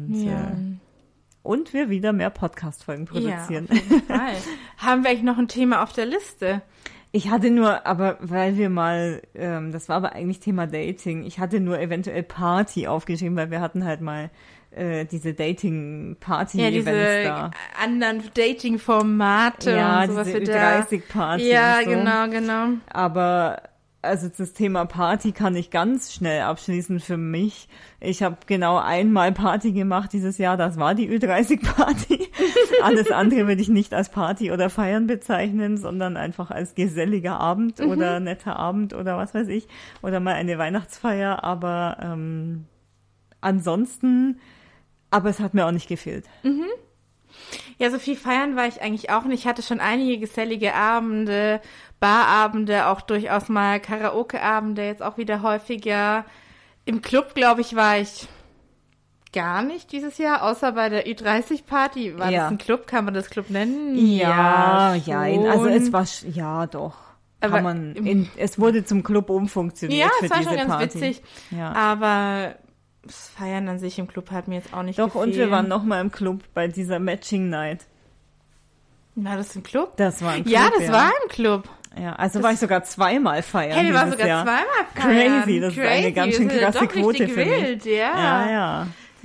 Und wir wieder mehr Podcast-Folgen produzieren. Ja, auf jeden Fall. Haben wir eigentlich noch ein Thema auf der Liste? Ich hatte nur, aber weil wir mal, das war aber eigentlich Thema Dating, ich hatte nur eventuell Party aufgeschrieben, weil wir hatten halt mal diese Dating-Party-Events diese anderen Dating-Formate ja, und sowas. Diese Ü30-Party Ja, und so. genau. Aber also das Thema Party kann ich ganz schnell abschließen für mich. Ich habe genau einmal Party gemacht dieses Jahr, das war die Ü30-Party. Alles andere würde ich nicht als Party oder Feiern bezeichnen, sondern einfach als geselliger Abend oder netter Abend oder was weiß ich. Oder mal eine Weihnachtsfeier, aber ansonsten, aber es hat mir auch nicht gefehlt. Ja, so viel feiern war ich eigentlich auch nicht. Ich hatte schon einige gesellige Abende, Barabende, auch durchaus mal Karaoke-Abende, jetzt auch wieder häufiger. Im Club, glaube ich, war ich gar nicht dieses Jahr, außer bei der Ü30-Party. War das ein Club? Kann man das Club nennen? Ja, schon. Also es war, ja doch. Aber es wurde zum Club umfunktioniert für diese Party. Ja, es war schon ganz witzig. Ja. Aber das Feiern an sich im Club hat mir jetzt auch nicht gefehlt. Doch, und wir waren nochmal im Club bei dieser Matching Night. War das im Club? Das war im Club, ja. Das war im Club. Ja, also war ich sogar zweimal feiern. Hey, wir waren sogar Jahr. Zweimal feiern. Crazy, das ist eine ganz schön krasse Quote für mich. Ja.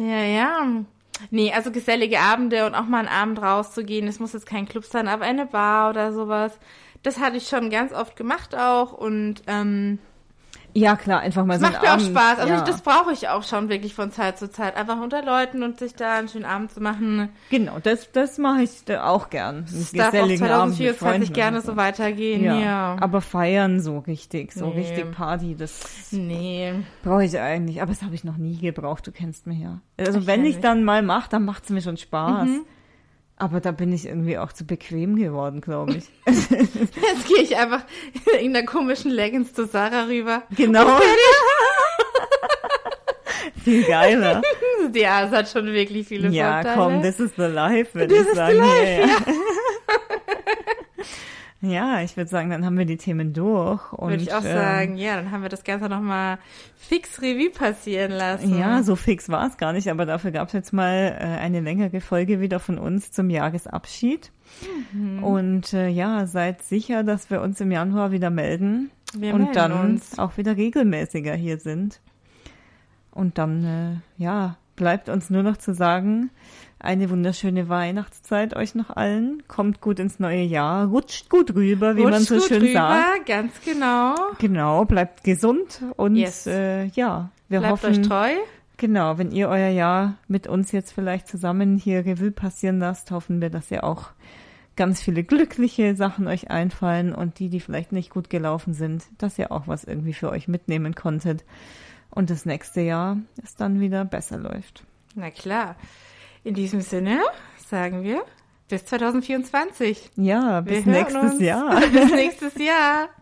Nee, also gesellige Abende und auch mal einen Abend rauszugehen, das muss jetzt kein Club sein, aber eine Bar oder sowas. Das hatte ich schon ganz oft gemacht auch und ja, klar, einfach mal so einen Abend. Macht mir auch Spaß. Also ja. Das brauche ich auch schon wirklich von Zeit zu Zeit. Einfach unter Leuten und sich da einen schönen Abend zu machen. Genau, das mache ich auch gern. Das darf auch 2024 gerne so weitergehen, ja. Aber feiern so richtig Party, das brauche ich eigentlich. Aber das habe ich noch nie gebraucht, du kennst mich ja. Also wenn ich dann mal mache, dann macht es mir schon Spaß. Aber da bin ich irgendwie auch zu bequem geworden, glaube ich. Jetzt gehe ich einfach in irgendeiner komischen Leggings zu Sarah rüber. Genau. Viel geiler. Ja, es hat schon wirklich viele Vorteile. Ja, komm, this is the life, würde ich sagen. Ja, ich würde sagen, dann haben wir die Themen durch. Würde ich auch sagen, ja, dann haben wir das Ganze nochmal fix Revue passieren lassen. Ja, so fix war es gar nicht, aber dafür gab es jetzt mal eine längere Folge wieder von uns zum Jahresabschied. Und ja, seid sicher, dass wir uns im Januar wieder melden. Wir und dann uns. Auch wieder regelmäßiger hier sind. Und dann, ja, bleibt uns nur noch zu sagen, eine wunderschöne Weihnachtszeit euch noch allen. Kommt gut ins neue Jahr. Rutscht gut rüber, wie man so schön sagt. Ganz genau. Genau, bleibt gesund und ja, wir bleibt hoffen. Euch treu. Genau, wenn ihr euer Jahr mit uns jetzt vielleicht zusammen hier Revue passieren lasst, hoffen wir, dass ihr auch ganz viele glückliche Sachen euch einfallen und die vielleicht nicht gut gelaufen sind, dass ihr auch was irgendwie für euch mitnehmen konntet. und das nächste Jahr es dann wieder besser läuft. Na klar. In diesem Sinne sagen wir bis 2024. Ja, bis Wir hören nächstes uns. Jahr. Bis nächstes Jahr.